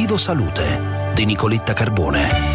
Obiettivo Salute di Nicoletta Carbone.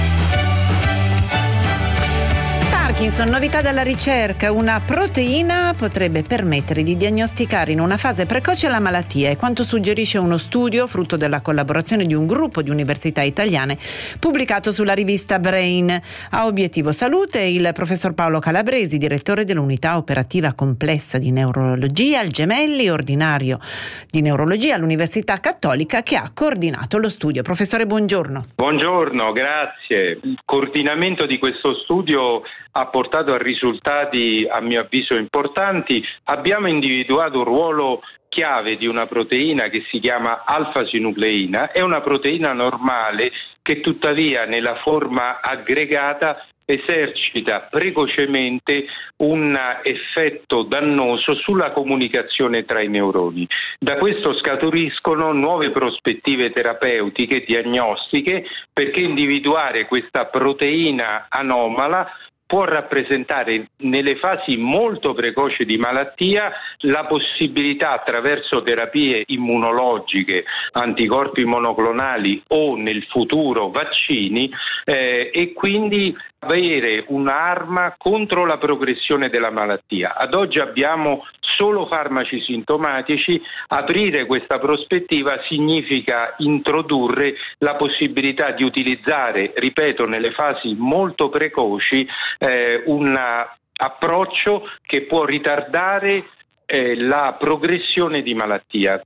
Parkinson, novità dalla ricerca. Una proteina potrebbe permettere di diagnosticare in una fase precoce la malattia, e quanto suggerisce uno studio frutto della collaborazione di un gruppo di università italiane pubblicato sulla rivista Brain. A Obiettivo Salute il professor Paolo Calabresi, direttore dell'unità operativa complessa di neurologia al Gemelli, ordinario di neurologia all'Università Cattolica, che ha coordinato lo studio. Professore, buongiorno. Buongiorno, grazie. Il coordinamento di questo studio ha portato a risultati, a mio avviso, importanti. Abbiamo individuato un ruolo chiave di una proteina che si chiama alfa-sinucleina. È una proteina normale che tuttavia nella forma aggregata esercita precocemente un effetto dannoso sulla comunicazione tra i neuroni. Da questo scaturiscono nuove prospettive terapeutiche, diagnostiche, perché individuare questa proteina anomala può rappresentare nelle fasi molto precoci di malattia la possibilità, attraverso terapie immunologiche, anticorpi monoclonali o nel futuro vaccini, e quindi avere un'arma contro la progressione della malattia. Ad oggi abbiamo solo farmaci sintomatici. Aprire questa prospettiva significa introdurre la possibilità di utilizzare, ripeto, nelle fasi molto precoci, un approccio che può ritardare la progressione di malattia.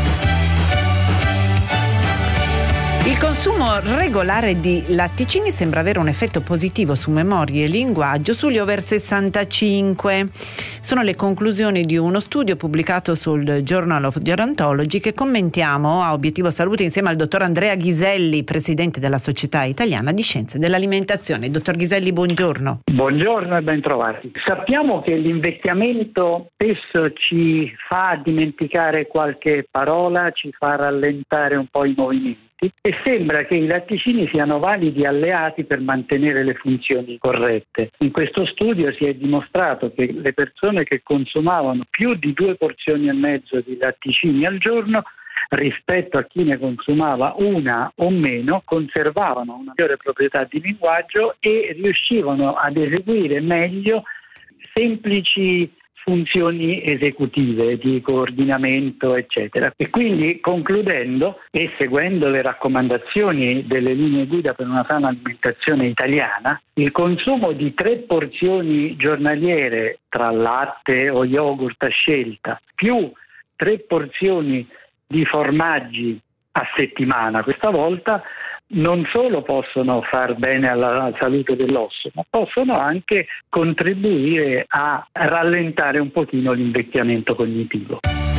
Il consumo regolare di latticini sembra avere un effetto positivo su memoria e linguaggio sugli over 65. Sono le conclusioni di uno studio pubblicato sul Journal of Gerontology che commentiamo a Obiettivo Salute insieme al dottor Andrea Ghiselli, presidente della Società Italiana di Scienze dell'Alimentazione. Dottor Ghiselli, buongiorno. Buongiorno e ben trovati. Sappiamo che l'invecchiamento spesso ci fa dimenticare qualche parola, ci fa rallentare un po' i movimenti. E sembra che i latticini siano validi alleati per mantenere le funzioni corrette. In questo studio si è dimostrato che le persone che consumavano più di 2 porzioni e mezzo di latticini al giorno rispetto a chi ne consumava una o meno conservavano una migliore proprietà di linguaggio e riuscivano ad eseguire meglio semplici funzioni esecutive di coordinamento, eccetera. E quindi, concludendo e seguendo le raccomandazioni delle linee guida per una sana alimentazione italiana, il consumo di 3 porzioni giornaliere tra latte o yogurt a scelta più 3 porzioni di formaggi a settimana, questa volta, non solo possono far bene alla salute dell'osso, ma possono anche contribuire a rallentare un pochino l'invecchiamento cognitivo.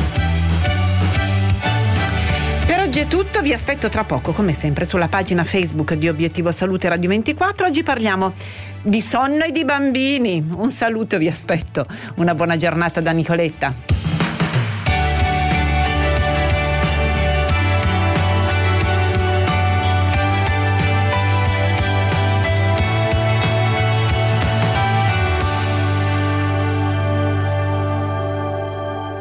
Per oggi è tutto, vi aspetto tra poco come sempre sulla pagina Facebook di Obiettivo Salute Radio 24. Oggi parliamo di sonno e di bambini. Un saluto, vi aspetto. Una buona giornata da Nicoletta.